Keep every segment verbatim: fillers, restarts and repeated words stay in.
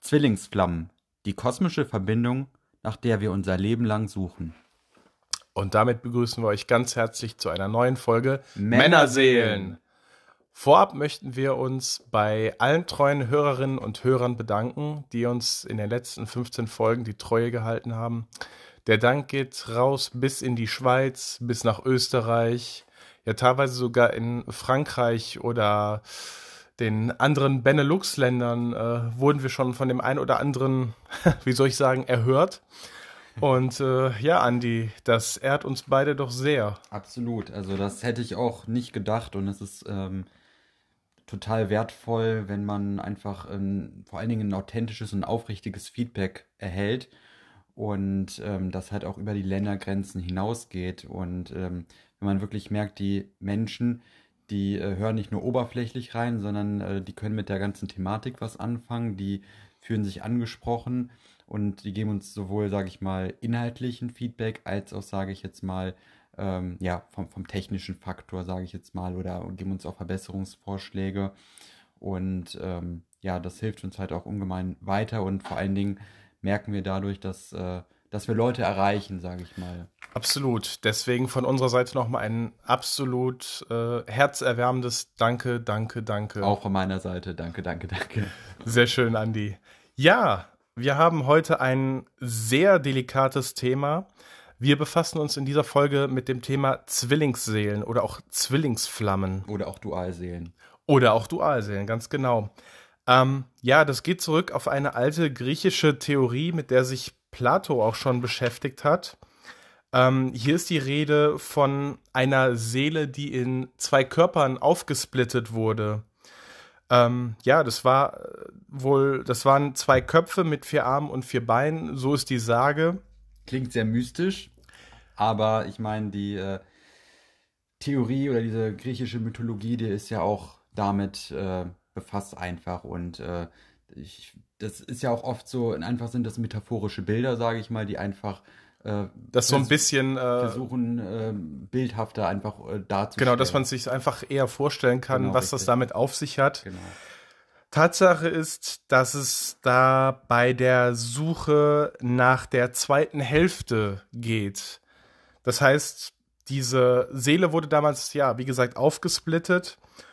Zwillingsflammen, die kosmische Verbindung, nach der wir unser Leben lang suchen. Und damit begrüßen wir euch ganz herzlich zu einer neuen Folge Männerseelen. Vorab möchten wir uns bei allen treuen Hörerinnen und Hörern bedanken, die uns in den letzten fünfzehn Folgen die Treue gehalten haben. Der Dank geht raus bis in die Schweiz, bis nach Österreich, ja teilweise sogar in Frankreich oder den anderen Benelux-Ländern äh, wurden wir schon von dem einen oder anderen, wie soll ich sagen, erhört. Und äh, ja, Andi, das ehrt uns beide doch sehr. Absolut, also das hätte ich auch nicht gedacht und es ist ähm, total wertvoll, wenn man einfach ähm, vor allen Dingen ein authentisches und aufrichtiges Feedback erhält und ähm, das halt auch über die Ländergrenzen hinausgeht und ähm, wenn man wirklich merkt, die Menschen, die äh, hören nicht nur oberflächlich rein, sondern äh, die können mit der ganzen Thematik was anfangen, die fühlen sich angesprochen und die geben uns sowohl, sage ich mal, inhaltlichen Feedback, als auch, sage ich jetzt mal, ähm, ja, vom, vom technischen Faktor, sage ich jetzt mal, oder geben uns auch Verbesserungsvorschläge. Und ähm, ja, das hilft uns halt auch ungemein weiter und vor allen Dingen merken wir dadurch, dass, äh, dass wir Leute erreichen, sage ich mal. Absolut. Deswegen von unserer Seite nochmal ein absolut äh, herzerwärmendes Danke, danke, danke. Auch von meiner Seite, danke, danke, danke. Sehr schön, Andi. Ja, wir haben heute ein sehr delikates Thema. Wir befassen uns in dieser Folge mit dem Thema Zwillingsseelen oder auch Zwillingsflammen. Oder auch Dualseelen. Oder auch Dualseelen, ganz genau. Ähm, ja, das geht zurück auf eine alte griechische Theorie, mit der sich Plato auch schon beschäftigt hat. Ähm, hier ist die Rede von einer Seele, die in zwei Körpern aufgesplittet wurde. Ähm, ja, das war äh, wohl, das waren zwei Köpfe mit vier Armen und vier Beinen, so ist die Sage. Klingt sehr mystisch, aber ich meine, die äh, Theorie oder diese griechische Mythologie, die ist ja auch damit äh, befasst einfach und äh, ich, das ist ja auch oft so, einfach sind das metaphorische Bilder, sage ich mal, die einfach äh, Das so ein bisschen äh, versuchen, äh, bildhafter einfach äh, darzustellen. Genau, dass man sich einfach eher vorstellen kann, Genau, was richtig. das damit auf sich hat. Genau. Tatsache ist, dass es da bei der Suche nach der zweiten Hälfte geht. Das heißt, diese Seele wurde damals, ja, wie gesagt, aufgesplittet.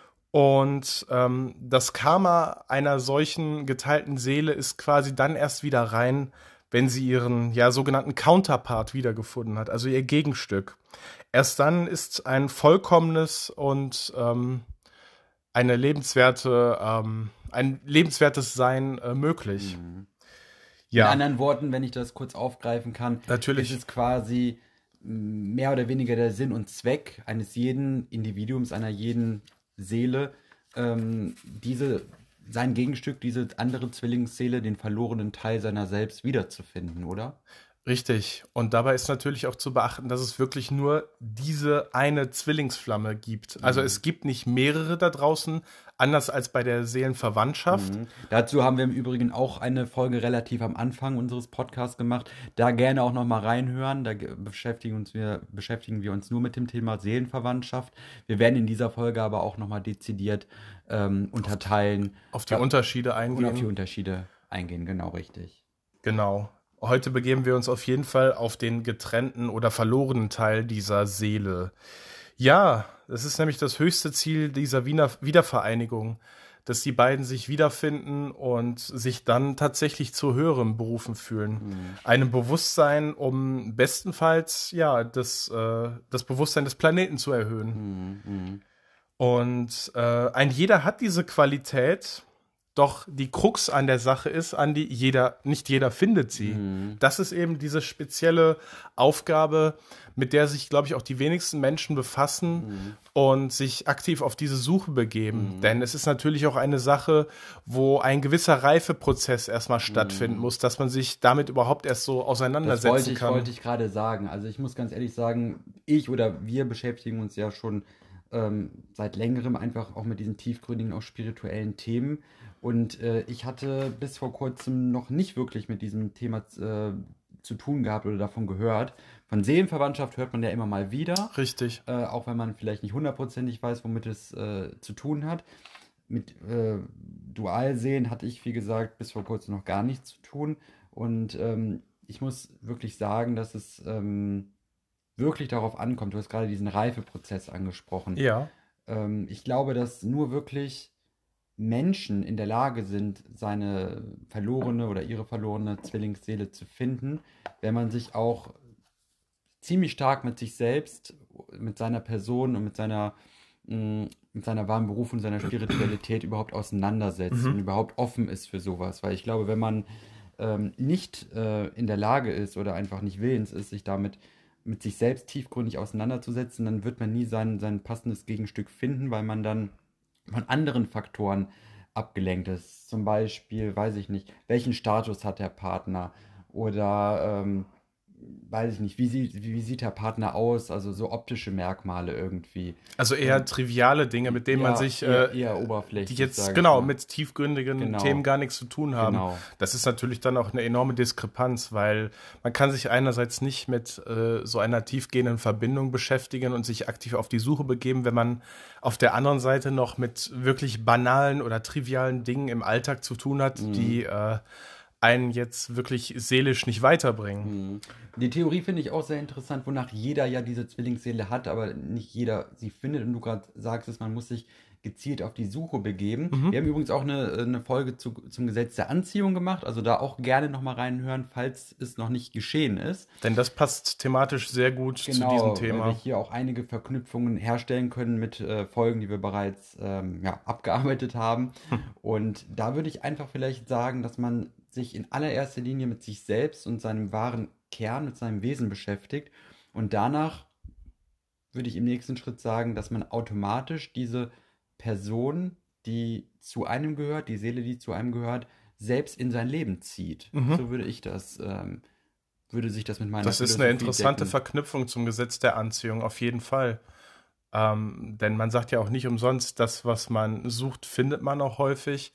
Und ähm, das Karma einer solchen geteilten Seele ist quasi dann erst wieder rein, wenn sie ihren, ja, sogenannten Counterpart wiedergefunden hat, also ihr Gegenstück. Erst dann ist ein vollkommenes und ähm, eine lebenswerte, ähm, ein lebenswertes Sein äh, möglich. Mhm. Ja, In anderen Worten, wenn ich das kurz aufgreifen kann, Natürlich. ist es quasi m, mehr oder weniger der Sinn und Zweck eines jeden Individuums, einer jeden Seele, ähm, diese, sein Gegenstück, diese andere Zwillingsseele, den verlorenen Teil seiner selbst wiederzufinden, oder? richtig. Und dabei ist natürlich auch zu beachten, dass es wirklich nur diese eine Zwillingsflamme gibt. Also es gibt nicht mehrere da draußen, anders als bei der Seelenverwandtschaft. Mhm. Dazu haben wir im Übrigen auch eine Folge relativ am Anfang unseres Podcasts gemacht. Da gerne auch noch mal reinhören. Da ge- beschäftigen, uns wir, beschäftigen wir uns nur mit dem Thema Seelenverwandtschaft. Wir werden in dieser Folge aber auch noch mal dezidiert ähm, unterteilen Auf die Ja, Unterschiede und eingehen. auf die Unterschiede eingehen. Genau, richtig. Genau. Heute begeben wir uns auf jeden Fall auf den getrennten oder verlorenen Teil dieser Seele. Ja, es ist nämlich das höchste Ziel dieser Wiener Wiedervereinigung, dass die beiden sich wiederfinden und sich dann tatsächlich zu höherem berufen fühlen. Einem Bewusstsein, um bestenfalls ja das, äh, das Bewusstsein des Planeten zu erhöhen. Mhm. Mhm. Und äh, ein jeder hat diese Qualität, doch die Krux an der Sache ist, Andi, jeder, nicht jeder findet sie. Mhm. Das ist eben diese spezielle Aufgabe, mit der sich, glaube ich, auch die wenigsten Menschen befassen Mhm. und sich aktiv auf diese Suche begeben. Denn es ist natürlich auch eine Sache, wo ein gewisser Reifeprozess erstmal stattfinden muss, dass man sich damit überhaupt erst so Das auseinandersetzen wollte ich, kann. wollte ich gerade sagen. Also ich muss ganz ehrlich sagen, ich oder wir beschäftigen uns ja schon ähm, seit längerem einfach auch mit diesen tiefgründigen, auch spirituellen Themen. Und äh, ich hatte bis vor kurzem noch nicht wirklich mit diesem Thema äh, zu tun gehabt oder davon gehört. Von Seelenverwandtschaft hört man ja immer mal wieder, Richtig. äh, auch wenn man vielleicht nicht hundertprozentig weiß, womit es äh, zu tun hat. mit äh, Dualsehen hatte ich, wie gesagt, bis vor kurzem noch gar nichts zu tun. Und ähm, ich muss wirklich sagen, dass es ähm, wirklich darauf ankommt. Du hast gerade diesen Reifeprozess angesprochen. Ja. Ähm, ich glaube, dass nur wirklich Menschen in der Lage sind, seine verlorene oder ihre verlorene Zwillingsseele zu finden, wenn man sich auch ziemlich stark mit sich selbst, mit seiner Person und mit seiner, mh, mit seiner wahren Beruf und seiner Spiritualität überhaupt auseinandersetzt und Mhm. überhaupt offen ist für sowas. Weil ich glaube, wenn man ähm, nicht äh, in der Lage ist oder einfach nicht willens ist, sich damit mit sich selbst tiefgründig auseinanderzusetzen, dann wird man nie sein, sein passendes Gegenstück finden, weil man dann von anderen Faktoren abgelenkt ist. Zum Beispiel, weiß ich nicht, welchen Status hat der Partner oder ähm, weiß ich nicht, wie sieht, wie, wie sieht der Partner aus, also so optische Merkmale irgendwie. Also eher Ähm, triviale Dinge, mit denen man eher, sich, eher, äh, eher die oberflächlich, jetzt sage ich genau mal. mit tiefgründigen Themen Genau, gar nichts zu tun haben. genau. Das ist natürlich dann auch eine enorme Diskrepanz, weil man kann sich einerseits nicht mit äh, so einer tiefgehenden Verbindung beschäftigen und sich aktiv auf die Suche begeben, wenn man auf der anderen Seite noch mit wirklich banalen oder trivialen Dingen im Alltag zu tun hat, Mhm. die äh, einen jetzt wirklich seelisch nicht weiterbringen. Mhm. Die Theorie finde ich auch sehr interessant, wonach jeder ja diese Zwillingsseele hat, aber nicht jeder sie findet. Und du gerade sagst, dass man muss sich gezielt auf die Suche begeben. Wir Mhm. haben übrigens auch eine, eine Folge zu, zum Gesetz der Anziehung gemacht, also da auch gerne nochmal reinhören, falls es noch nicht geschehen ist. Denn das passt thematisch sehr gut zu diesem Genau, weil wir Thema. hier auch einige Verknüpfungen herstellen können mit äh, Folgen, die wir bereits ähm, ja, abgearbeitet haben. Und da würde ich einfach vielleicht sagen, dass man sich in allererster Linie mit sich selbst und seinem wahren Kern, mit seinem Wesen beschäftigt. Und danach würde ich im nächsten Schritt sagen, dass man automatisch diese Person, die zu einem gehört, die Seele, die zu einem gehört, selbst in sein Leben zieht. Mhm. So würde ich das, ähm, würde sich das mit meiner Das ist eine Philosophie interessante decken. Verknüpfung zum Gesetz der Anziehung, auf jeden Fall. Ähm, denn man sagt ja auch nicht umsonst, das, was man sucht, findet man auch häufig.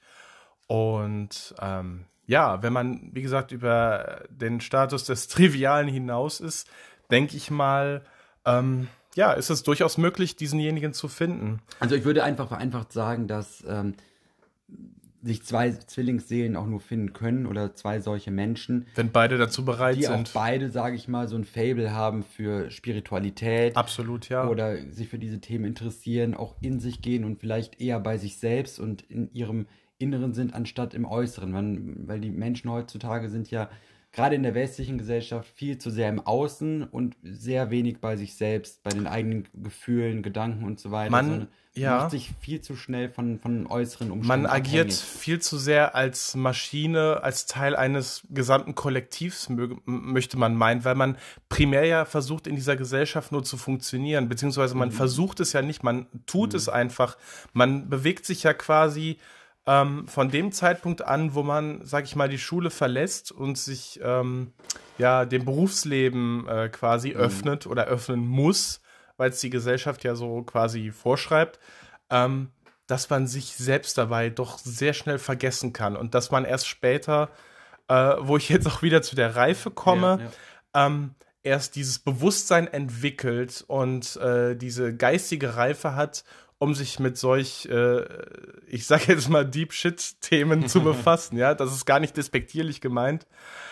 Und ähm, ja, wenn man, wie gesagt, über den Status des Trivialen hinaus ist, denke ich mal, ähm, ja, ist es durchaus möglich, diesenjenigen zu finden. Also ich würde einfach vereinfacht sagen, dass ähm, sich zwei Zwillingsseelen auch nur finden können oder zwei solche Menschen, Wenn beide dazu bereit die auch sind. beide, sage ich mal, so ein Faible haben für Spiritualität Absolut, ja. oder sich für diese Themen interessieren, auch in sich gehen und vielleicht eher bei sich selbst und in ihrem Inneren sind, anstatt im Äußeren. Man, weil die Menschen heutzutage sind ja gerade in der westlichen Gesellschaft viel zu sehr im Außen und sehr wenig bei sich selbst, bei den eigenen Gefühlen, Gedanken und so weiter. Man, sondern ja. macht sich viel zu schnell von, von äußeren Man Umständen agiert abhängig. viel zu sehr als Maschine, als Teil eines gesamten Kollektivs, möge, m- möchte man meinen, weil man primär ja versucht, in dieser Gesellschaft nur zu funktionieren, beziehungsweise man Mhm. versucht es ja nicht, man tut Mhm. es einfach. Man bewegt sich ja quasi ähm, von dem Zeitpunkt an, wo man, sag ich mal, die Schule verlässt und sich ähm, ja dem Berufsleben äh, quasi Mhm. öffnet oder öffnen muss, weil es die Gesellschaft ja so quasi vorschreibt. Ähm, dass man sich selbst dabei doch sehr schnell vergessen kann und dass man erst später, äh, wo ich jetzt auch wieder zu der Reife komme, Ja, ja. ähm, erst dieses Bewusstsein entwickelt und äh, diese geistige Reife hat, um sich mit solch, äh, ich sag jetzt mal Deep Shit-Themen zu befassen. Ja, das ist gar nicht despektierlich gemeint,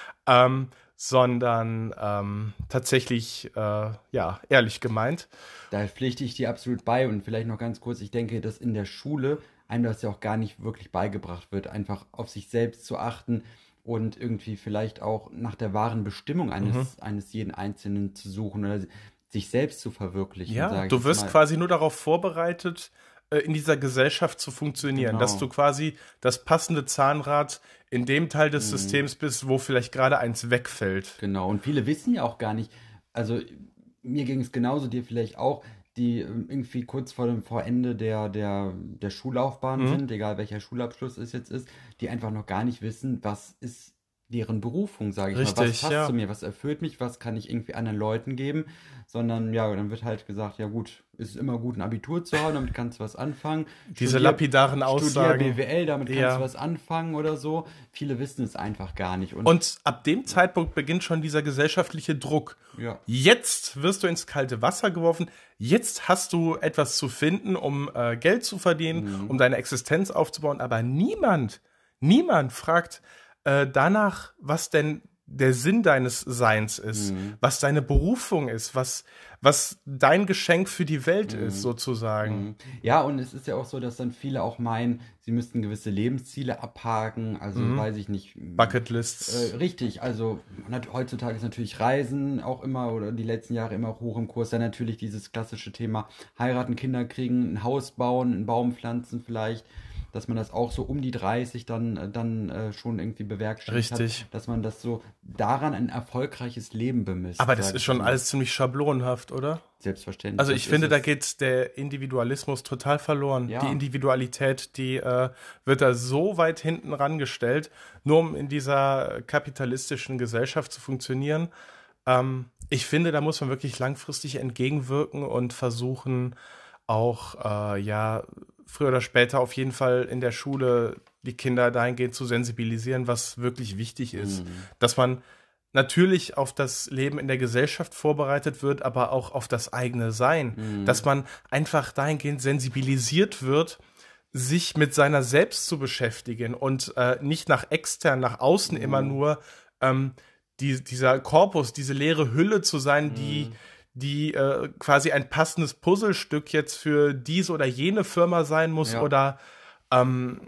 ähm, sondern ähm, tatsächlich, äh, ja, ehrlich gemeint. Da pflichte ich dir absolut bei und vielleicht noch ganz kurz, ich denke, dass in der Schule einem das ja auch gar nicht wirklich beigebracht wird, einfach auf sich selbst zu achten und irgendwie vielleicht auch nach der wahren Bestimmung eines, Mhm. eines jeden Einzelnen zu suchen oder sich selbst zu verwirklichen, Ja, sage ich du jetzt wirst mal. quasi nur darauf vorbereitet, äh, in dieser Gesellschaft zu funktionieren, dass Genau. du quasi das passende Zahnrad in dem Teil des Mhm. Systems bist, wo vielleicht gerade eins wegfällt. Genau. Und viele wissen ja auch gar nicht, also mir ging es genauso, dir vielleicht auch, die ähm, irgendwie kurz vor dem vor Ende der, der, der Schullaufbahn Mhm. sind, egal welcher Schulabschluss es jetzt ist, die einfach noch gar nicht wissen, was ist deren Berufung, sage ich mal. Was Richtig, passt zu ja. mir, was erfüllt mich, was kann ich irgendwie anderen Leuten geben, sondern ja, dann wird halt gesagt, ja gut, es ist immer gut, ein Abitur zu haben, damit kannst du was anfangen. Diese Studier, lapidaren studier Aussagen. B W L, damit kannst du Ja. was anfangen oder so. Viele wissen es einfach gar nicht. Und Und ab dem Zeitpunkt beginnt schon dieser gesellschaftliche Druck. ja, Jetzt wirst du ins kalte Wasser geworfen. Jetzt hast du etwas zu finden, um äh, Geld zu verdienen, mhm. um deine Existenz aufzubauen. Aber niemand, niemand fragt äh, danach, was denn der Sinn deines Seins ist, Mhm. was deine Berufung ist, was, was dein Geschenk für die Welt Mhm. ist, sozusagen. Mhm. Ja, und es ist ja auch so, dass dann viele auch meinen, sie müssten gewisse Lebensziele abhaken, also Mhm. weiß ich nicht. Bucketlists. Äh, richtig, also nat- heutzutage ist natürlich Reisen auch immer oder die letzten Jahre immer auch hoch im Kurs. Dann natürlich dieses klassische Thema heiraten, Kinder kriegen, ein Haus bauen, einen Baum pflanzen vielleicht, dass man das auch so um die dreißig dann, äh, dann äh, schon irgendwie bewerkstelligt hat, Richtig. dass man das so daran ein erfolgreiches Leben bemisst, Aber das sag ist ich schon mal. alles ziemlich schablonenhaft, oder? Selbstverständlich. Also das ich ist finde, da es. geht der Individualismus total verloren. Die Ja. Individualität, die äh, wird da so weit hinten rangestellt, nur um in dieser kapitalistischen Gesellschaft zu funktionieren. Ähm, ich finde, da muss man wirklich langfristig entgegenwirken und versuchen, auch äh, ja früher oder später auf jeden Fall in der Schule die Kinder dahingehend zu sensibilisieren, was wirklich wichtig ist. Mhm. Dass man natürlich auf das Leben in der Gesellschaft vorbereitet wird, aber auch auf das eigene Sein. Mhm. Dass man einfach dahingehend sensibilisiert wird, sich mit seiner selbst zu beschäftigen und äh, nicht nach extern, nach außen Mhm. immer nur ähm, die, dieser Korpus, diese leere Hülle zu sein, die, Mhm. die äh, quasi ein passendes Puzzlestück jetzt für diese oder jene Firma sein muss Ja. oder ähm,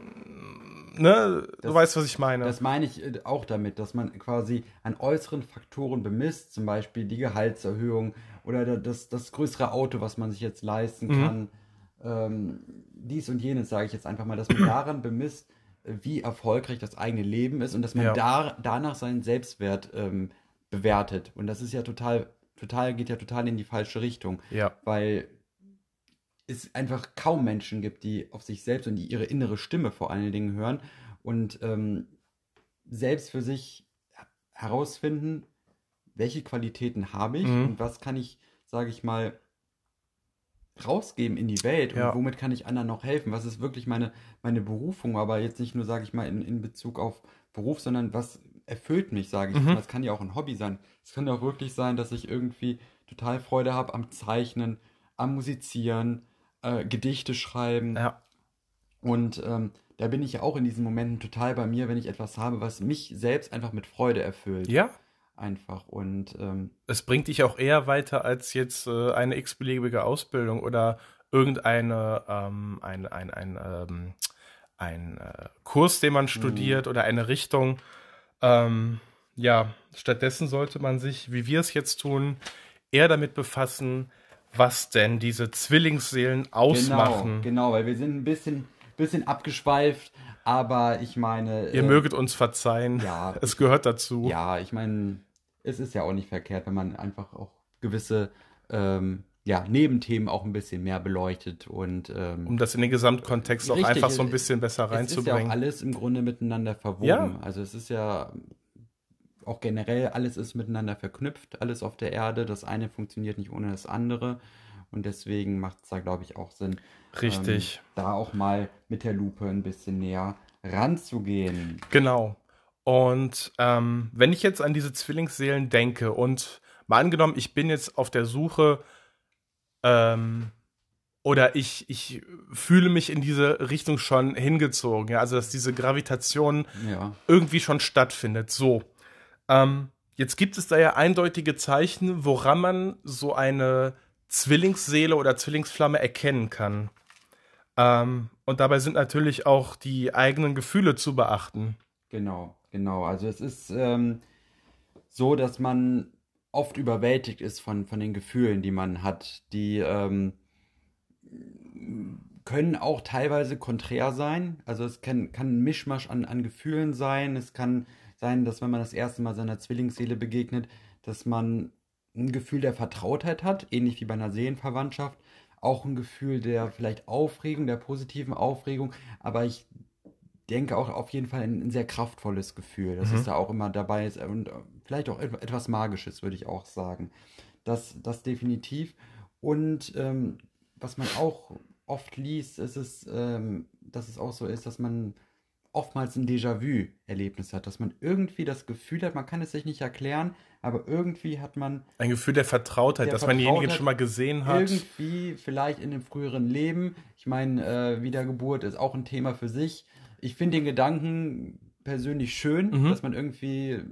ne, du Das- weißt, was ich meine. Das meine ich äh, auch damit, dass man quasi an äußeren Faktoren bemisst, zum Beispiel die Gehaltserhöhung oder da- das, das größere Auto, was man sich jetzt leisten Mhm. kann. Ähm, dies und jenes, sage ich jetzt einfach mal, dass man daran bemisst, äh, wie erfolgreich das eigene Leben ist und dass man Ja. da, danach seinen Selbstwert ähm, bewertet. Und das ist ja total, total, geht ja total in die falsche Richtung, Ja. weil es einfach kaum Menschen gibt, die auf sich selbst und die ihre innere Stimme vor allen Dingen hören und ähm, selbst für sich herausfinden, welche Qualitäten habe ich Mhm. und was kann ich, sage ich mal, rausgeben in die Welt Ja. und womit kann ich anderen noch helfen? Was ist wirklich meine, meine Berufung? Aber jetzt nicht nur, sage ich mal, in, in Bezug auf Beruf, sondern was erfüllt mich, sage ich Mhm. mal. Es kann ja auch ein Hobby sein. Es kann ja auch wirklich sein, dass ich irgendwie total Freude habe am Zeichnen, am Musizieren, äh, Gedichte schreiben. Ja. Und ähm, da bin ich ja auch in diesen Momenten total bei mir, wenn ich etwas habe, was mich selbst einfach mit Freude erfüllt. Ja. Einfach. Und ähm, Es bringt dich auch eher weiter als jetzt äh, eine x-beliebige Ausbildung oder irgendeine ähm, ein, ein, ein, ähm, ein äh, Kurs, den man studiert oder eine Richtung. Ähm, ja, stattdessen sollte man sich, wie wir es jetzt tun, eher damit befassen, was denn diese Zwillingsseelen genau, ausmachen. genau, weil wir sind ein bisschen, bisschen abgeschweift, aber ich meine. Ihr äh, möget uns verzeihen. ja, Es gehört dazu. Ja, ich meine, es ist ja auch nicht verkehrt, wenn man einfach auch gewisse ähm, ja, Nebenthemen auch ein bisschen mehr beleuchtet und ähm, Um das in den Gesamtkontext auch Richtig, einfach so ein es- bisschen besser es ist ja reinzubringen. auch alles im Grunde miteinander verwoben. Ja. Also es ist ja auch generell, alles ist miteinander verknüpft, alles auf der Erde. Das eine funktioniert nicht ohne das andere. Und deswegen macht es da, glaube ich, auch Sinn, Richtig. ähm, da auch mal mit der Lupe ein bisschen näher ranzugehen. Genau. Und ähm, wenn ich jetzt an diese Zwillingsseelen denke und mal angenommen, ich bin jetzt auf der Suche ähm, oder ich, ich fühle mich in diese Richtung schon hingezogen, ja, also dass diese Gravitation Ja, irgendwie schon stattfindet. So. Ähm, jetzt gibt es da ja eindeutige Zeichen, woran man so eine Zwillingsseele oder Zwillingsflamme erkennen kann. Ähm, und dabei sind natürlich auch die eigenen Gefühle zu beachten. genau, genau. Also es ist ähm, so, dass man oft überwältigt ist von, von den Gefühlen, die man hat. Die ähm, können auch teilweise konträr sein. Also es kann, kann ein Mischmasch an, an Gefühlen sein. Es kann sein, dass wenn man das erste Mal seiner Zwillingsseele begegnet, dass man ein Gefühl der Vertrautheit hat, ähnlich wie bei einer Seelenverwandtschaft. Auch ein Gefühl der vielleicht Aufregung, der positiven Aufregung. Aber ich denke auch auf jeden Fall ein, ein sehr kraftvolles Gefühl, dass es Mhm. da auch immer dabei ist und äh, vielleicht auch et- etwas Magisches, würde ich auch sagen. Das, das definitiv. Und ähm, was man auch oft liest, ist es, ähm, dass es auch so ist, dass man oftmals ein Déjà-vu-Erlebnis hat, dass man irgendwie das Gefühl hat, man kann es sich nicht erklären, aber irgendwie hat man Ein Gefühl der Vertrautheit, der dass man denjenigen Vertrautheit schon mal gesehen hat. irgendwie vielleicht in einem früheren Leben. Ich meine, äh, Wiedergeburt ist auch ein Thema für sich. Ich finde den Gedanken persönlich schön, Mhm. dass man irgendwie,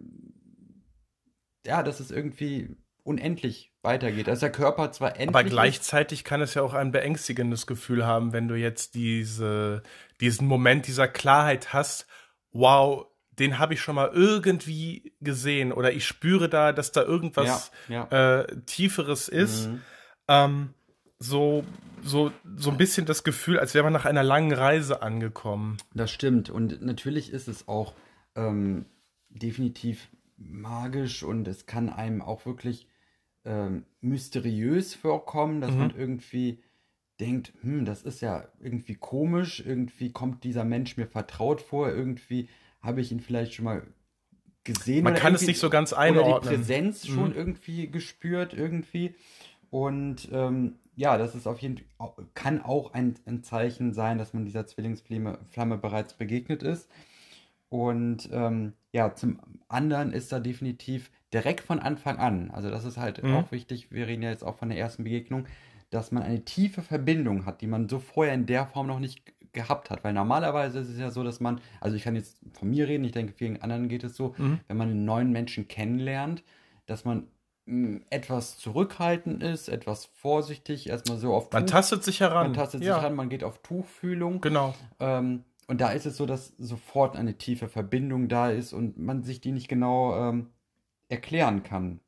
ja, dass es irgendwie unendlich weitergeht. Dass der Körper zwar Aber endlich ist, gleichzeitig kann es ja auch ein beängstigendes Gefühl haben, wenn du jetzt diese, diesen Moment dieser Klarheit hast, wow, den habe ich schon mal irgendwie gesehen oder ich spüre da, dass da ja, irgendwas ja. äh, Tieferes ist. Mhm. Ähm, so, so, so ein bisschen das Gefühl, als wäre man nach einer langen Reise angekommen. Das stimmt. Und natürlich ist es auch ähm, definitiv magisch und es kann einem auch wirklich ähm, mysteriös vorkommen, dass man Mhm. irgendwie denkt, hm, das ist ja irgendwie komisch, irgendwie kommt dieser Mensch mir vertraut vor, irgendwie habe ich ihn vielleicht schon mal gesehen Man oder kann es irgendwie nicht so ganz oder die einordnen. Präsenz schon Mhm. irgendwie gespürt irgendwie. Und ähm, ja, das ist auf jeden Fall, kann auch ein, ein Zeichen sein, dass man dieser Zwillingsflamme Flamme bereits begegnet ist. Und ähm, ja, zum anderen ist da definitiv direkt von Anfang an, also das ist halt Mhm. auch wichtig, wir reden ja jetzt auch von der ersten Begegnung, dass man eine tiefe Verbindung hat, die man so vorher in der Form noch nicht g- gehabt hat. Weil normalerweise ist es ja so, dass man, also ich kann jetzt von mir reden, ich denke, vielen anderen geht es so, Mhm. wenn man einen neuen Menschen kennenlernt, dass man mh, etwas zurückhaltend ist, etwas vorsichtig, erstmal so auf Man Tuch, tastet sich man heran. tastet sich Ja, ran, man geht auf Tuchfühlung. genau. Ähm, und da ist es so, dass sofort eine tiefe Verbindung da ist und man sich die nicht genau ähm, erklären kann.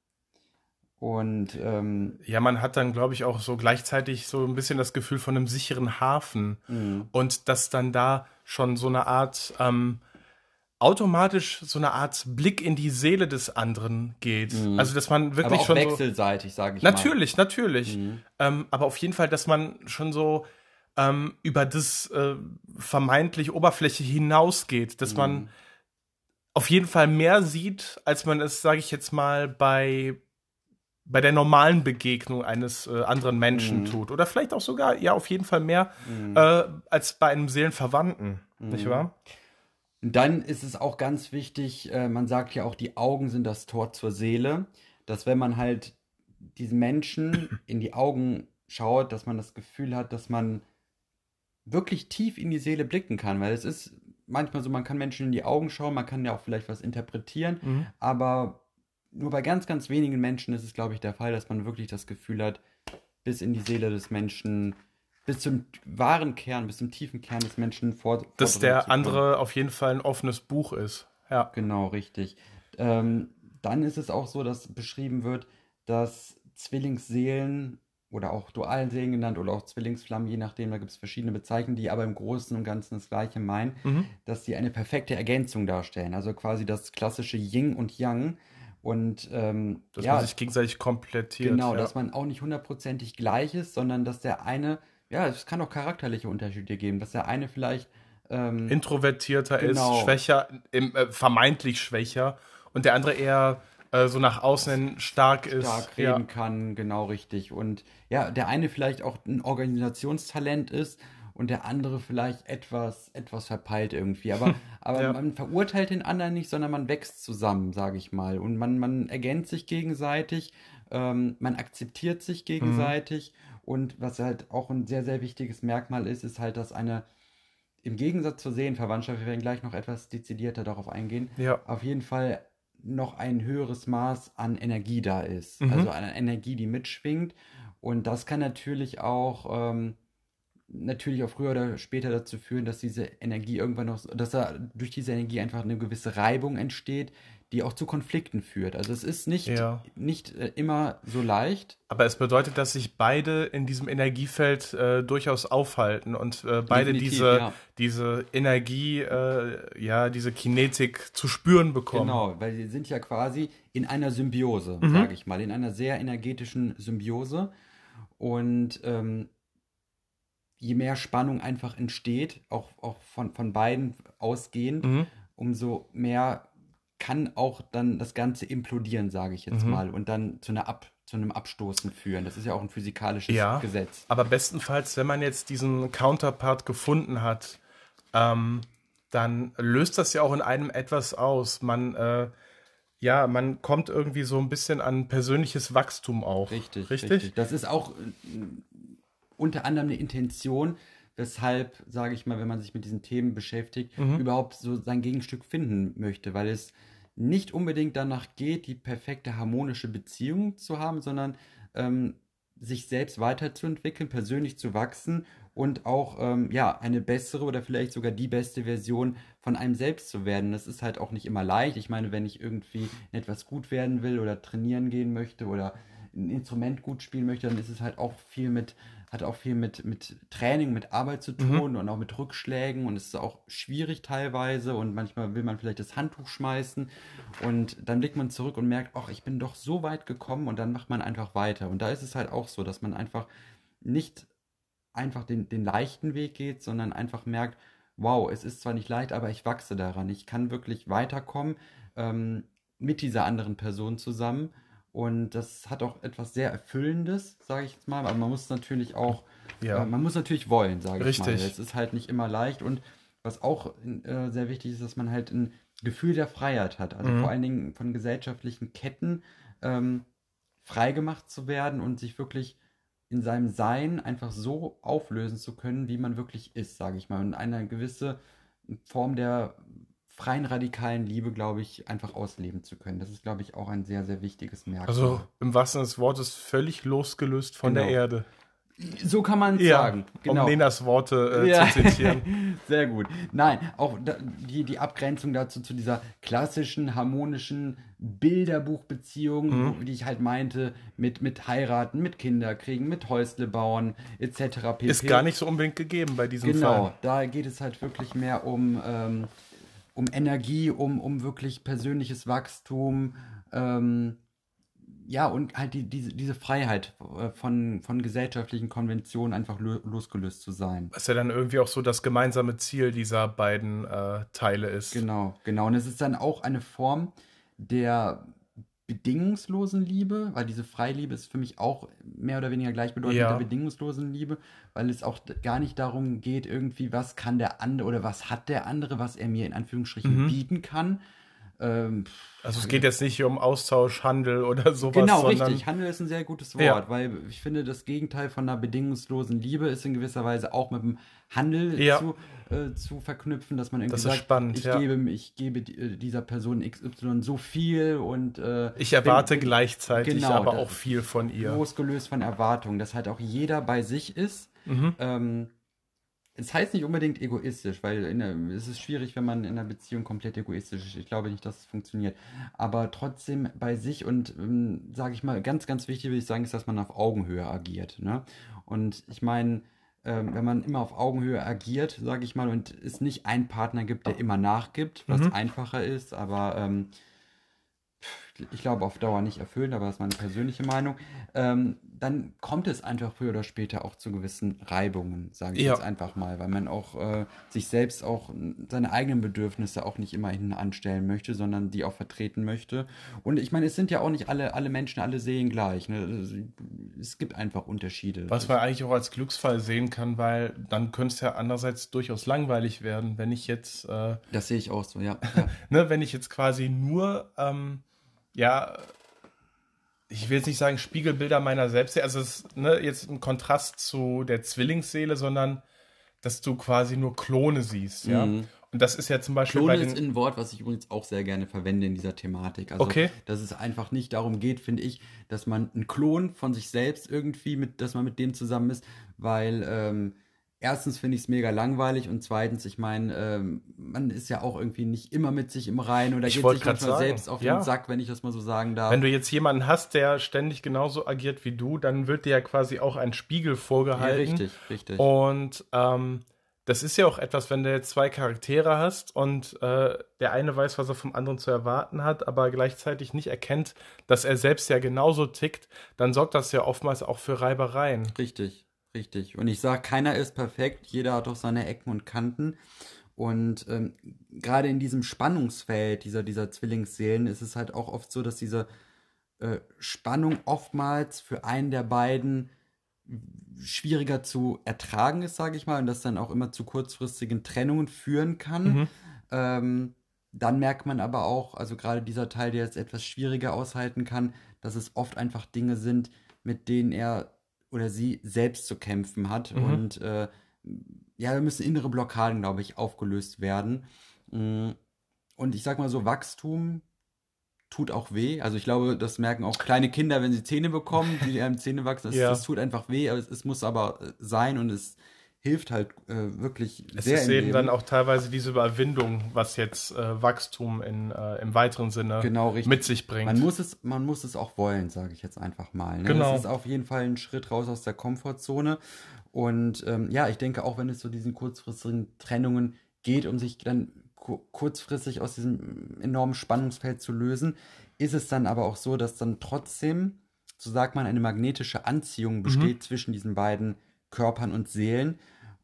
Und ähm, Ja, man hat dann, glaube ich, auch so gleichzeitig so ein bisschen das Gefühl von einem sicheren Hafen mh, und dass dann da schon so eine Art, ähm, automatisch so eine Art Blick in die Seele des anderen geht. mh. Also, dass man Aber wirklich auch schon so, wechselseitig, sage ich mal. natürlich, natürlich, Mh, ähm, aber auf jeden Fall, dass man schon so ähm, über das äh, vermeintlich Oberfläche hinausgeht, dass man mh, auf jeden Fall mehr sieht, als man es, sage ich jetzt mal, bei bei der normalen Begegnung eines äh, anderen Menschen mh, tut. Oder vielleicht auch sogar, ja, auf jeden Fall mehr mh, äh, als bei einem Seelenverwandten. Nicht mh. wahr? Und dann ist es auch ganz wichtig, äh, man sagt ja auch, die Augen sind das Tor zur Seele, dass wenn man halt diesen Menschen in die Augen schaut, dass man das Gefühl hat, dass man wirklich tief in die Seele blicken kann, weil es ist manchmal so, man kann Menschen in die Augen schauen, man kann ja auch vielleicht was interpretieren, Mhm. aber nur bei ganz, ganz wenigen Menschen ist es, glaube ich, der Fall, dass man wirklich das Gefühl hat, bis in die Seele des Menschen, bis zum wahren Kern, bis zum tiefen Kern des Menschen vor, Dass vordringen der zu können. andere auf jeden Fall ein offenes Buch ist. Ja. Genau, richtig. Ähm, dann ist es auch so, dass beschrieben wird, dass Zwillingsseelen oder auch Dualseelen genannt oder auch Zwillingsflammen, je nachdem, da gibt es verschiedene Bezeichnungen, die aber im Großen und Ganzen das Gleiche meinen, Mhm. dass sie eine perfekte Ergänzung darstellen. Also quasi das klassische Yin und Yang. Und ähm, Dass man ja, sich gegenseitig komplettiert. genau, Ja. dass man auch nicht hundertprozentig gleich ist, sondern dass der eine, ja, es kann auch charakterliche Unterschiede geben, dass der eine vielleicht, ähm, Introvertierter ist, genau, schwächer, im, äh, vermeintlich schwächer und der andere eher äh, so nach außen hin stark ist. stark Ja. reden kann, genau richtig. Und ja, der eine vielleicht auch ein Organisationstalent ist und der andere vielleicht etwas, etwas verpeilt irgendwie. Aber, aber Ja. man verurteilt den anderen nicht, sondern man wächst zusammen, sage ich mal. Und man, man ergänzt sich gegenseitig, ähm, man akzeptiert sich Mhm. gegenseitig. Und was halt auch ein sehr, sehr wichtiges Merkmal ist, ist halt, dass eine, im Gegensatz zur Seelenverwandtschaft, wir werden gleich noch etwas dezidierter darauf eingehen, Ja. auf jeden Fall noch ein höheres Maß an Energie da ist. Mhm. Also eine Energie, die mitschwingt. Und das kann natürlich auch, ähm, natürlich auch früher oder später dazu führen, dass diese Energie irgendwann noch, dass da durch diese Energie einfach eine gewisse Reibung entsteht, die auch zu Konflikten führt. Also es ist nicht, Ja. nicht äh, immer so leicht. Aber es bedeutet, dass sich beide in diesem Energiefeld äh, durchaus aufhalten und äh, beide Definitiv, diese, ja. diese Energie, äh, ja, diese Kinetik zu spüren bekommen. Genau, weil sie sind ja quasi in einer Symbiose, Mhm. sage ich mal, in einer sehr energetischen Symbiose. Und ähm, je mehr Spannung einfach entsteht, auch, auch von, von beiden ausgehend, Mhm. umso mehr kann auch dann das Ganze implodieren, sage ich jetzt Mhm. mal, und dann zu einer Ab, zu einem Abstoßen führen. Das ist ja auch ein physikalisches Ja, Gesetz. aber bestenfalls, wenn man jetzt diesen Counterpart gefunden hat, ähm, dann löst das ja auch in einem etwas aus. Man, äh, ja, man kommt irgendwie so ein bisschen an persönliches Wachstum auch. Richtig, Richtig? richtig. Das ist auch äh, unter anderem eine Intention, weshalb, sage ich mal, wenn man sich mit diesen Themen beschäftigt, Mhm. überhaupt so sein Gegenstück finden möchte, weil es nicht unbedingt danach geht, die perfekte harmonische Beziehung zu haben, sondern ähm, sich selbst weiterzuentwickeln, persönlich zu wachsen und auch ähm, ja eine bessere oder vielleicht sogar die beste Version von einem selbst zu werden. Das ist halt auch nicht immer leicht. Ich meine, wenn ich irgendwie in etwas gut werden will oder trainieren gehen möchte oder ein Instrument gut spielen möchte, dann ist es halt auch viel mit, hat auch viel mit, mit Training, mit Arbeit zu tun und auch mit Rückschlägen, und es ist auch schwierig teilweise, und manchmal will man vielleicht das Handtuch schmeißen und dann blickt man zurück und merkt, ach, ich bin doch so weit gekommen, und dann macht man einfach weiter. Und da ist es halt auch so, dass man einfach nicht einfach den, den leichten Weg geht, sondern einfach merkt, wow, es ist zwar nicht leicht, aber ich wachse daran. Ich kann wirklich weiterkommen ähm, mit dieser anderen Person zusammen. Und das hat auch etwas sehr Erfüllendes, sage ich jetzt mal. Aber man muss natürlich auch, Ja. äh, man muss natürlich wollen, sage ich mal. Richtig. Es ist halt nicht immer leicht. Und was auch äh, sehr wichtig ist, dass man halt ein Gefühl der Freiheit hat. Also Mhm. vor allen Dingen von gesellschaftlichen Ketten ähm, freigemacht zu werden und sich wirklich in seinem Sein einfach so auflösen zu können, wie man wirklich ist, sage ich mal. Und eine gewisse Form der freien radikalen Liebe, glaube ich, einfach ausleben zu können. Das ist, glaube ich, auch ein sehr, sehr wichtiges Merkmal. Also im wahrsten Sinne des Wortes völlig losgelöst von Genau. der Erde. So kann man es Ja, sagen. Genau. um Nenas Worte äh, Ja. zu zitieren. Sehr gut. Nein, auch da, die, die Abgrenzung dazu zu dieser klassischen, harmonischen Bilderbuchbeziehung, Mhm. wo, die ich halt meinte, mit, mit heiraten, mit Kinder kriegen, mit Häusle bauen, et cetera pp. Ist gar nicht so unbedingt gegeben bei diesem Genau, Fall. da geht es halt wirklich mehr um, ähm, um Energie, um, um wirklich persönliches Wachstum, ähm, ja, und halt die, diese, diese Freiheit äh, von, von gesellschaftlichen Konventionen einfach lo losgelöst zu sein. Was ja dann irgendwie auch so das gemeinsame Ziel dieser beiden äh, Teile ist. Genau, genau. Und es ist dann auch eine Form der bedingungslosen Liebe, weil diese Freiliebe ist für mich auch mehr oder weniger gleichbedeutend Ja. mit der bedingungslosen Liebe, weil es auch d- gar nicht darum geht, irgendwie, was kann der andere oder was hat der andere, was er mir in Anführungsstrichen Mhm. bieten kann. Ähm, Also es geht jetzt nicht hier um Austausch, Handel oder sowas, Genau, sondern richtig. Handel ist ein sehr gutes Wort, Ja. weil ich finde, das Gegenteil von einer bedingungslosen Liebe ist in gewisser Weise auch mit dem Handel Ja. zu, äh, zu verknüpfen, dass man irgendwie Das ist sagt, spannend, ich ja. gebe, ich gebe die- äh, dieser Person X Y so viel und äh, ich erwarte bin, bin gleichzeitig genau, aber da- auch viel von ihr. losgelöst von Erwartungen, dass halt auch jeder bei sich ist. Mhm. Ähm, es heißt nicht unbedingt egoistisch, weil in der, es ist schwierig, wenn man in einer Beziehung komplett egoistisch ist. Ich glaube nicht, dass es funktioniert. Aber trotzdem bei sich und, ähm, sage ich mal, ganz, ganz wichtig würde ich sagen, ist, dass man auf Augenhöhe agiert. Ne? Und ich meine, ähm, wenn man immer auf Augenhöhe agiert, sage ich mal, und es nicht einen Partner gibt, der immer nachgibt, was Mhm. einfacher ist, aber ähm, ich glaube auf Dauer nicht erfüllen, aber das ist meine persönliche Meinung, ähm, dann kommt es einfach früher oder später auch zu gewissen Reibungen, sage ich Ja. jetzt einfach mal, weil man auch äh, sich selbst auch seine eigenen Bedürfnisse auch nicht immer hinten anstellen möchte, sondern die auch vertreten möchte. Und ich meine, es sind ja auch nicht alle, alle Menschen, alle Seelen gleich. Ne? Es gibt einfach Unterschiede. Was man eigentlich auch als Glücksfall sehen kann, weil dann könnte es ja andererseits durchaus langweilig werden, wenn ich jetzt, äh, Das sehe ich auch so, ja. ja. ne, wenn ich jetzt quasi nur, ähm, ja, ich will jetzt nicht sagen Spiegelbilder meiner selbst sehe, also es ist ne, jetzt ein Kontrast zu der Zwillingsseele, sondern dass du quasi nur Klone siehst, ja. Mhm. Und das ist ja zum Beispiel Klone bei ist den, ein Wort, was ich übrigens auch sehr gerne verwende in dieser Thematik. Also, Okay. dass es einfach nicht darum geht, finde ich, dass man einen Klon von sich selbst irgendwie, mit, dass man mit dem zusammen ist, weil ähm, erstens finde ich es mega langweilig und zweitens, ich meine, ähm, man ist ja auch irgendwie nicht immer mit sich im Reinen oder Ich geht wollte sich grad manchmal sagen, selbst auf ja. den Sack, wenn ich das mal so sagen darf. wenn du jetzt jemanden hast, der ständig genauso agiert wie du, dann wird dir ja quasi auch ein Spiegel ja, vorgehalten. richtig, richtig. Und ähm, das ist ja auch etwas, wenn du jetzt zwei Charaktere hast und äh, der eine weiß, was er vom anderen zu erwarten hat, aber gleichzeitig nicht erkennt, dass er selbst ja genauso tickt, dann sorgt das ja oftmals auch für Reibereien. Richtig. richtig. Und ich sage, keiner ist perfekt, jeder hat auch seine Ecken und Kanten. Und ähm, gerade in diesem Spannungsfeld dieser, dieser Zwillingsseelen ist es halt auch oft so, dass diese äh, Spannung oftmals für einen der beiden schwieriger zu ertragen ist, sage ich mal, und das dann auch immer zu kurzfristigen Trennungen führen kann. Mhm. Ähm, Dann merkt man aber auch, also gerade dieser Teil, der es etwas schwieriger aushalten kann, dass es oft einfach Dinge sind, mit denen er oder sie selbst zu kämpfen hat. Mhm. Und äh, ja, da müssen innere Blockaden, glaube ich, aufgelöst werden. Mm, Und ich sag mal so, Wachstum tut auch weh. Also ich glaube, das merken auch kleine Kinder, wenn sie Zähne bekommen, die einem Zähne wachsen. Das, Ja. das tut einfach weh, aber es, es muss aber äh, sein und es hilft halt äh, wirklich Es sehr ist im eben Leben. dann auch teilweise diese Überwindung, was jetzt äh, Wachstum in, äh, im weiteren Sinne Genau, richtig. mit sich bringt. Man muss es, man muss es auch wollen, sage ich jetzt einfach mal. Ne? Genau. Das ist auf jeden Fall ein Schritt raus aus der Komfortzone. Und ähm, ja, ich denke auch, wenn es so diesen kurzfristigen Trennungen geht, um sich dann ku- kurzfristig aus diesem enormen Spannungsfeld zu lösen, ist es dann aber auch so, dass dann trotzdem, so sagt man, eine magnetische Anziehung besteht Mhm. zwischen diesen beiden Körpern und Seelen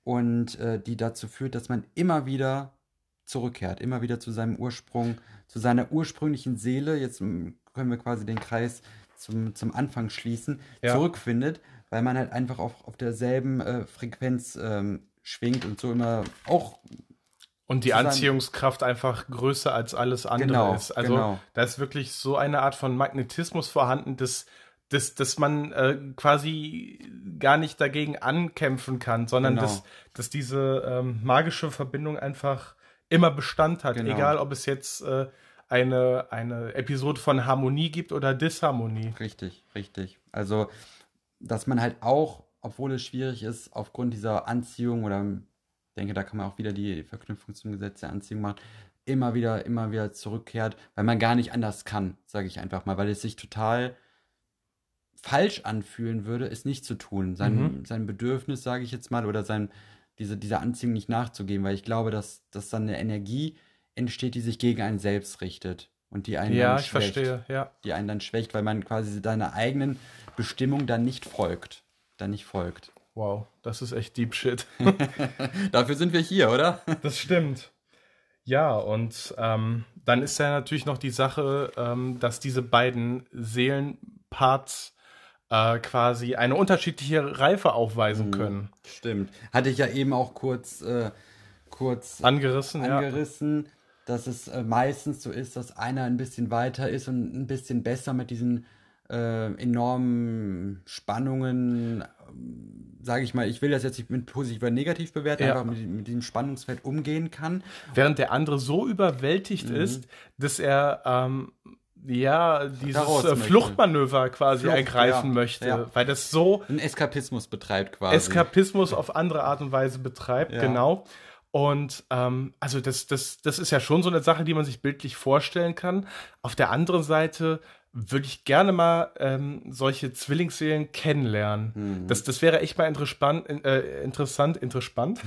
und äh, die dazu führt, dass man immer wieder zurückkehrt, immer wieder zu seinem Ursprung, zu seiner ursprünglichen Seele, jetzt mm, können wir quasi den Kreis zum, zum Anfang schließen, Ja. zurückfindet, weil man halt einfach auf, auf derselben äh, Frequenz ähm, schwingt und so immer auch Und die zu seinem- Anziehungskraft einfach größer als alles andere Genau, ist. Also genau. da ist wirklich so eine Art von Magnetismus vorhanden, dass, dass, dass man äh, quasi gar nicht dagegen ankämpfen kann, sondern Genau. dass, dass diese ähm, magische Verbindung einfach immer Bestand hat. Genau. Egal, ob es jetzt äh, eine, eine Episode von Harmonie gibt oder Disharmonie. Richtig, richtig. Also, dass man halt auch, obwohl es schwierig ist, aufgrund dieser Anziehung oder ich denke, da kann man auch wieder die Verknüpfung zum Gesetz der Anziehung machen, immer wieder, immer wieder zurückkehrt, weil man gar nicht anders kann, sage ich einfach mal, weil es sich total falsch anfühlen würde, es nicht zu tun, sein, Mhm. sein Bedürfnis, sage ich jetzt mal, oder sein, diese, dieser Anziehung nicht nachzugeben, weil ich glaube, dass, dass dann eine Energie entsteht, die sich gegen einen selbst richtet und die einen Ja, dann ich schwächt, verstehe, ja. die einen dann schwächt, weil man quasi deiner eigenen Bestimmung dann nicht folgt, dann nicht folgt. Wow, das ist echt Deep Shit. Dafür sind wir hier, oder? Das stimmt. Ja, und ähm, dann ist ja natürlich noch die Sache, ähm, dass diese beiden Seelenparts äh, quasi eine unterschiedliche Reife aufweisen können. Stimmt. Hatte ich ja eben auch kurz, äh, kurz Angerissen, ja. angerissen, dass es äh, meistens so ist, dass einer ein bisschen weiter ist und ein bisschen besser mit diesen äh, enormen Spannungen, ähm, sage ich mal, ich will das jetzt nicht mit positiv oder negativ bewerten, Ja. einfach mit, mit diesem Spannungsfeld umgehen kann. Während der andere so überwältigt ist, dass er ähm, ja dieses Daraus äh, möchte. Fluchtmanöver quasi Flucht, ergreifen ja, möchte, ja. weil das so Einen Eskapismus betreibt quasi. Eskapismus auf andere Art und Weise betreibt, Ja. genau. Und ähm, also das, das, das ist ja schon so eine Sache, die man sich bildlich vorstellen kann. Auf der anderen Seite würde ich gerne mal ähm, solche Zwillingsseelen kennenlernen. Hm. Das, das wäre echt mal interessant, äh, interessant, interessant,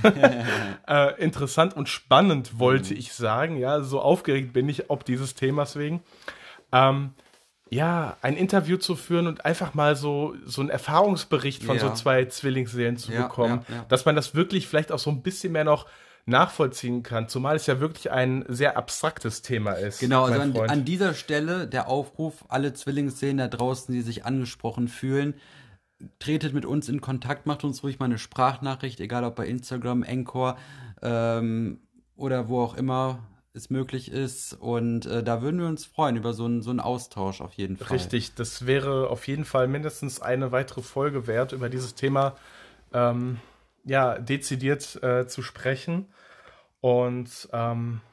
äh, interessant und spannend, wollte ich sagen. Ja, so aufgeregt bin ich ob dieses Themas wegen. Ähm, ja, ein Interview zu führen und einfach mal so, so einen Erfahrungsbericht von Ja. so zwei Zwillingsseelen zu Ja, bekommen, ja, ja. dass man das wirklich vielleicht auch so ein bisschen mehr noch nachvollziehen kann, zumal es ja wirklich ein sehr abstraktes Thema ist. Genau, also mein an, Freund. an dieser Stelle der Aufruf, alle Zwillingsszenen da draußen, die sich angesprochen fühlen, tretet mit uns in Kontakt, macht uns ruhig mal eine Sprachnachricht, egal ob bei Instagram, Anchor ähm, oder wo auch immer es möglich ist. Und äh, da würden wir uns freuen über so einen, so einen Austausch auf jeden Fall. Richtig, das wäre auf jeden Fall mindestens eine weitere Folge wert, über dieses Thema ähm, ja, dezidiert äh, zu sprechen. Und ähm,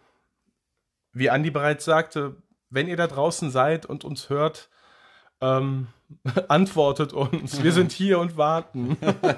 wie Andi bereits sagte, wenn ihr da draußen seid und uns hört, ähm, antwortet uns. Wir sind hier und warten.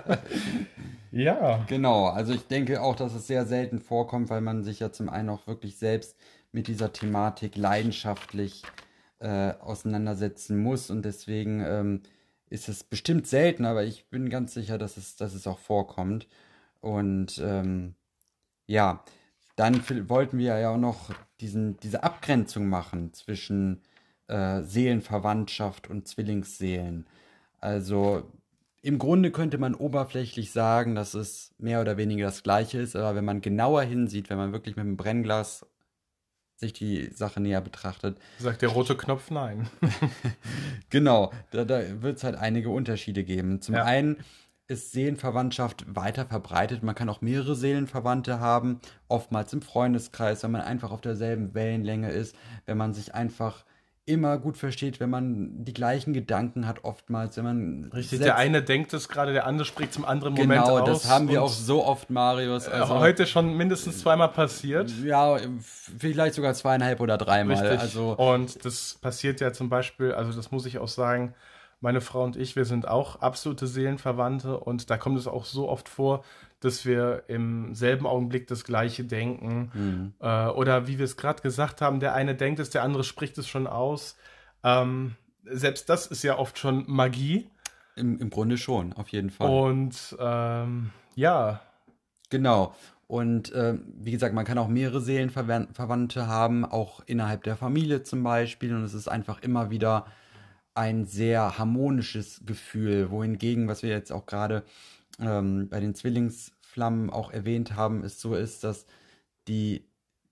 Ja. Genau, also ich denke auch, dass es sehr selten vorkommt, weil man sich ja zum einen auch wirklich selbst mit dieser Thematik leidenschaftlich äh, auseinandersetzen muss und deswegen ähm, ist es bestimmt selten, aber ich bin ganz sicher, dass es, dass es auch vorkommt. Und ähm, ja, dann f- wollten wir ja auch noch diesen, diese Abgrenzung machen zwischen äh, Seelenverwandtschaft und Zwillingsseelen. Also Im Grunde könnte man oberflächlich sagen, dass es mehr oder weniger das Gleiche ist, aber wenn man genauer hinsieht, wenn man wirklich mit dem Brennglas sich die Sache näher betrachtet. Sagt der rote Knopf nein. Genau, da, da wird es halt einige Unterschiede geben. Zum Ja. einen ist Seelenverwandtschaft weiter verbreitet. Man kann auch mehrere Seelenverwandte haben, oftmals im Freundeskreis, wenn man einfach auf derselben Wellenlänge ist, wenn man sich einfach immer gut versteht, wenn man die gleichen Gedanken hat, oftmals, wenn man Richtig, selbst- der eine denkt es gerade, der andere spricht zum anderen Moment Genau, aus. das haben wir und, auch so oft, Marius. äh, Also, heute schon mindestens zweimal passiert. ja, vielleicht sogar zweieinhalb oder dreimal. Richtig. Also, Und das passiert ja zum Beispiel, also das muss ich auch sagen, meine Frau und ich, wir sind auch absolute Seelenverwandte und da kommt es auch so oft vor, dass wir im selben Augenblick das Gleiche denken. Mhm. Äh, oder wie wir es gerade gesagt haben, der eine denkt es, der andere spricht es schon aus. Ähm, selbst das ist ja oft schon Magie. im, im Grunde schon, auf jeden Fall. Und ähm, ja, Genau. Und äh, wie gesagt, man kann auch mehrere Seelenverwandte haben, auch innerhalb der Familie zum Beispiel. Und es ist einfach immer wieder ein sehr harmonisches Gefühl. Wohingegen, was wir jetzt auch gerade ähm, bei den Zwillingsflammen auch erwähnt haben, ist so ist, dass die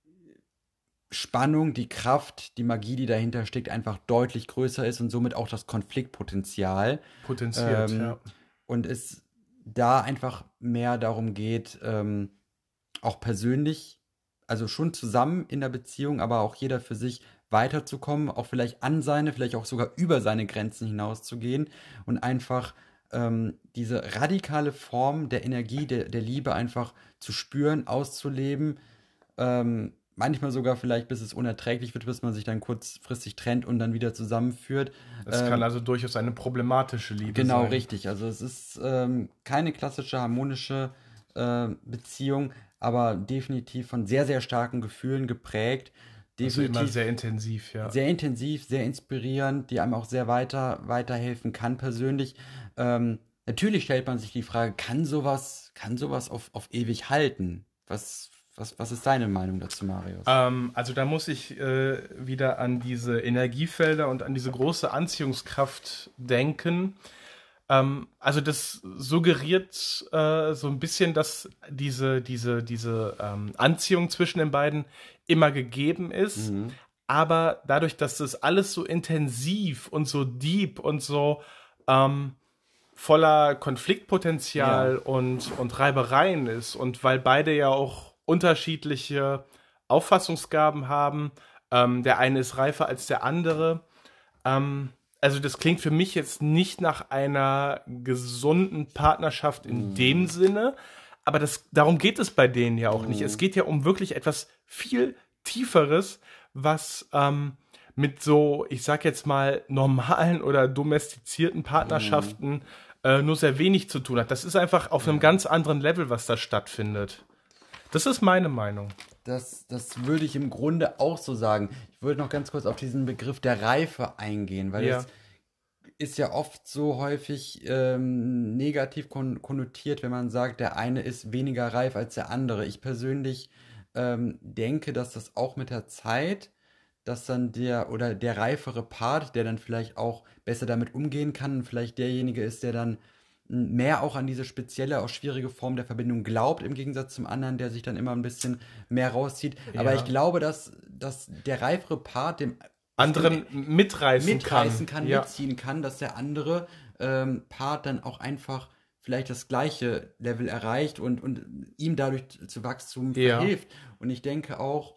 Spannung, die Kraft, die Magie, die dahinter steckt, einfach deutlich größer ist und somit auch das Konfliktpotenzial. potenziert, Ähm, ja. Und es da einfach mehr darum geht, ähm, auch persönlich, also schon zusammen in der Beziehung, aber auch jeder für sich weiterzukommen, auch vielleicht an seine, vielleicht auch sogar über seine Grenzen hinauszugehen und einfach ähm, diese radikale Form der Energie, der, der Liebe einfach zu spüren, auszuleben, ähm, manchmal sogar vielleicht, bis es unerträglich wird, bis man sich dann kurzfristig trennt und dann wieder zusammenführt. Es Ähm, kann also durchaus eine problematische Liebe Genau, sein. richtig. Also es ist ähm, keine klassische harmonische äh, Beziehung, aber definitiv von sehr, sehr starken Gefühlen geprägt. Also immer Definitiv sehr intensiv, ja. sehr intensiv, sehr inspirierend, die einem auch sehr weiter, weiterhelfen kann persönlich. Ähm, natürlich stellt man sich die Frage, kann sowas, kann sowas auf, auf ewig halten? Was, was, was ist deine Meinung dazu, Marius? Ähm, also da muss ich äh, wieder an diese Energiefelder und an diese große Anziehungskraft denken. Ähm, also das suggeriert äh, so ein bisschen, dass diese, diese, diese ähm, Anziehung zwischen den beiden immer gegeben ist. Mhm. Aber dadurch, dass das alles so intensiv und so deep und so ähm, voller Konfliktpotenzial Ja. und, und Reibereien ist und weil beide ja auch unterschiedliche Auffassungsgaben haben, ähm, der eine ist reifer als der andere. Ähm, also das klingt für mich jetzt nicht nach einer gesunden Partnerschaft in dem Sinne, aber das, darum geht es bei denen ja auch nicht. Es geht ja um wirklich etwas viel Tieferes, was ähm, mit so, ich sag jetzt mal, normalen oder domestizierten Partnerschaften äh, nur sehr wenig zu tun hat. Das ist einfach auf einem ganz anderen Level, was da stattfindet. Das ist meine Meinung. Das, das würde ich im Grunde auch so sagen. Ich würde noch ganz kurz auf diesen Begriff der Reife eingehen, weil Ja. es ist ja oft so häufig ähm, negativ kon konnotiert, wenn man sagt, der eine ist weniger reif als der andere. Ich persönlich ähm, denke, dass das auch mit der Zeit, dass dann der oder der reifere Part, der dann vielleicht auch besser damit umgehen kann, vielleicht derjenige ist, der dann m, mehr auch an diese spezielle, auch schwierige Form der Verbindung glaubt, im Gegensatz zum anderen, der sich dann immer ein bisschen mehr rauszieht. Aber Ja. ich glaube, dass, dass der reifere Part dem Anderen mitreißen, mitreißen kann, Ja. mitziehen kann, dass der andere ähm, Part dann auch einfach vielleicht das gleiche Level erreicht und, und ihm dadurch zu Wachstum Ja. verhilft. Und ich denke auch,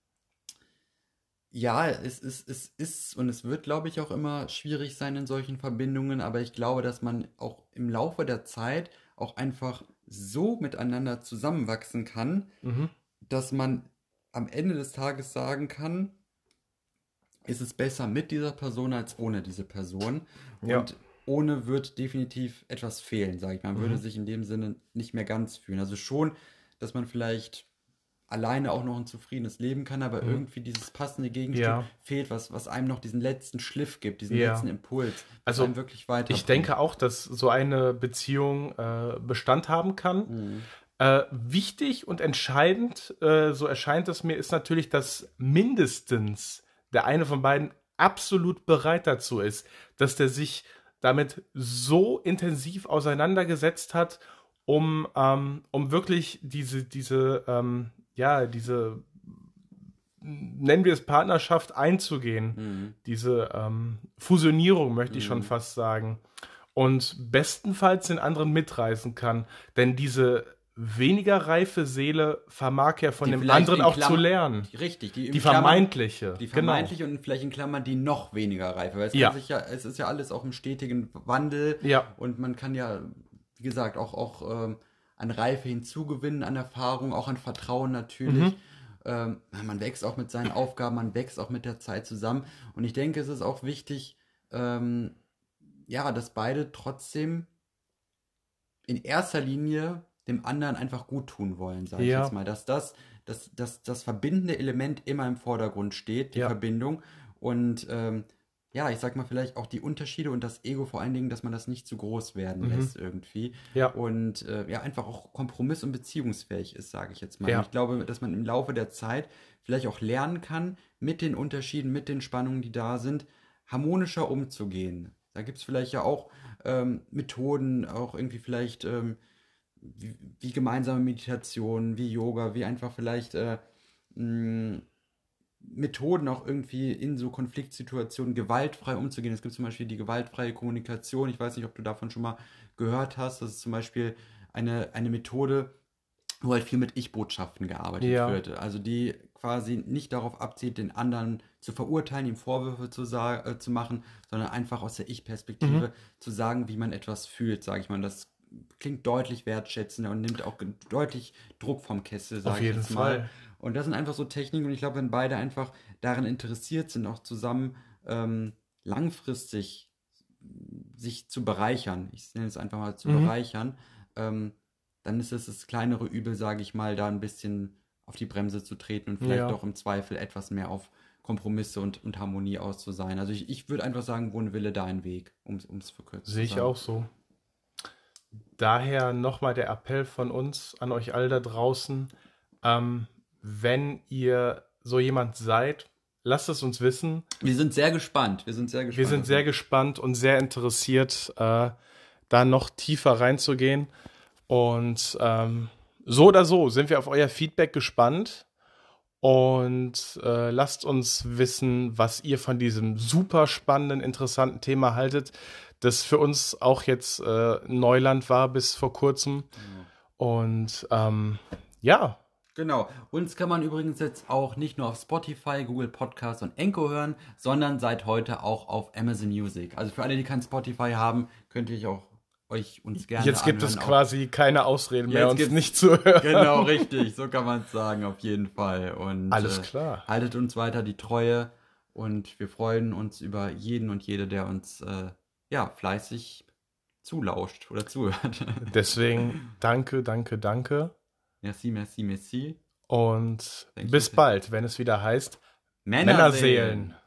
ja, es ist, es ist und es wird, glaube ich, auch immer schwierig sein in solchen Verbindungen, aber ich glaube, dass man auch im Laufe der Zeit auch einfach so miteinander zusammenwachsen kann, Mhm. dass man am Ende des Tages sagen kann, ist es besser mit dieser Person als ohne diese Person. Und Ja. ohne wird definitiv etwas fehlen, sage ich mal. Man würde Mhm. sich in dem Sinne nicht mehr ganz fühlen. Also schon, dass man vielleicht alleine auch noch ein zufriedenes Leben kann, aber Mhm. irgendwie dieses passende Gegenstück Ja. fehlt, was, was einem noch diesen letzten Schliff gibt, diesen Ja. letzten Impuls, was Also, einem wirklich weiterbringt. Ich denke auch, dass so eine Beziehung äh, Bestand haben kann. Mhm. Äh, wichtig und entscheidend, äh, so erscheint es mir, ist natürlich, dass mindestens der eine von beiden absolut bereit dazu ist, dass der sich damit so intensiv auseinandergesetzt hat, um, ähm, um wirklich diese, diese, ähm, ja, diese, nennen wir es Partnerschaft einzugehen. Mhm. Diese ähm, Fusionierung, möchte ich Mhm. schon fast sagen. Und bestenfalls den anderen mitreißen kann. Denn diese weniger reife Seele vermag ja von Die dem vielleicht anderen in auch Klammern- zu lernen. Richtig, die, in Die Klammern- vermeintliche. Die genau. vermeintliche und vielleicht in Klammern die noch weniger reife. Weil es, Ja. kann sich ja, es ist ja alles auch im stetigen Wandel. Ja. Und man kann ja, wie gesagt, auch, auch ähm, an Reife hinzugewinnen, an Erfahrung, auch an Vertrauen natürlich. Mhm. Ähm, man wächst auch mit seinen Aufgaben, man wächst auch mit der Zeit zusammen. Und ich denke, es ist auch wichtig, ähm, ja, dass beide trotzdem in erster Linie dem anderen einfach gut tun wollen, sage ich Ja. jetzt mal. Dass das, dass, dass das verbindende Element immer im Vordergrund steht, die Ja. Verbindung. Und ähm, ja, ich sag mal, vielleicht auch die Unterschiede und das Ego vor allen Dingen, dass man das nicht zu groß werden Mhm. lässt irgendwie. Ja. Und äh, ja, einfach auch kompromiss- und beziehungsfähig ist, sage ich jetzt mal. Ja. Und ich glaube, dass man im Laufe der Zeit vielleicht auch lernen kann, mit den Unterschieden, mit den Spannungen, die da sind, harmonischer umzugehen. Da gibt es vielleicht ja auch ähm, Methoden, auch irgendwie vielleicht ähm, wie, wie gemeinsame Meditation, wie Yoga, wie einfach vielleicht äh, mh, Methoden auch irgendwie in so Konfliktsituationen gewaltfrei umzugehen. Es gibt zum Beispiel die gewaltfreie Kommunikation. Ich weiß nicht, ob du davon schon mal gehört hast. Das ist zum Beispiel eine, eine Methode, wo halt viel mit Ich-Botschaften gearbeitet Ja. wird. Also die quasi nicht darauf abzielt, den anderen zu verurteilen, ihm Vorwürfe zu, sa- äh, zu machen, sondern einfach aus der Ich-Perspektive zu sagen, wie man etwas fühlt, sage ich mal. Das klingt deutlich wertschätzender und nimmt auch ge- deutlich Druck vom Kessel, Auf sage ich jeden jetzt mal. Fall. Und das sind einfach so Techniken und ich glaube, wenn beide einfach daran interessiert sind, auch zusammen ähm, langfristig sich zu bereichern, ich nenne es einfach mal zu Mhm. bereichern, ähm, dann ist es das kleinere Übel, sage ich mal, da ein bisschen auf die Bremse zu treten und vielleicht Ja. auch im Zweifel etwas mehr auf Kompromisse und, und Harmonie aus zu sein. Also ich, ich würde einfach sagen, wo ein Wille, da ein Weg, um es verkürzt Sehe zu ich sagen. auch so. Daher nochmal der Appell von uns an euch alle da draußen. Ähm, wenn ihr so jemand seid, lasst es uns wissen. Wir sind sehr gespannt. Wir sind sehr gespannt. Wir sind sehr gespannt und sehr interessiert, äh, da noch tiefer reinzugehen. Und ähm, so oder so sind wir auf euer Feedback gespannt. Und äh, lasst uns wissen, was ihr von diesem super spannenden, interessanten Thema haltet, das für uns auch jetzt äh, Neuland war bis vor kurzem. Und ähm, ja, Genau. Uns kann man übrigens jetzt auch nicht nur auf Spotify, Google Podcasts und Anchor hören, sondern seit heute auch auf Amazon Music. Also für alle, die kein Spotify haben, könnt ihr auch euch uns gerne jetzt gibt es anhören. quasi keine Ausreden mehr, Jetzt uns gibt's- nicht zu hören. Genau, richtig. So kann man es sagen, auf jeden Fall. Und Alles äh, klar. haltet uns weiter die Treue und wir freuen uns über jeden und jede, der uns äh, ja fleißig zulauscht oder zuhört. Deswegen danke, danke, danke. Merci, merci, merci. Und Thank you. bis bald, wenn es wieder heißt Männerseelen. Männerseelen.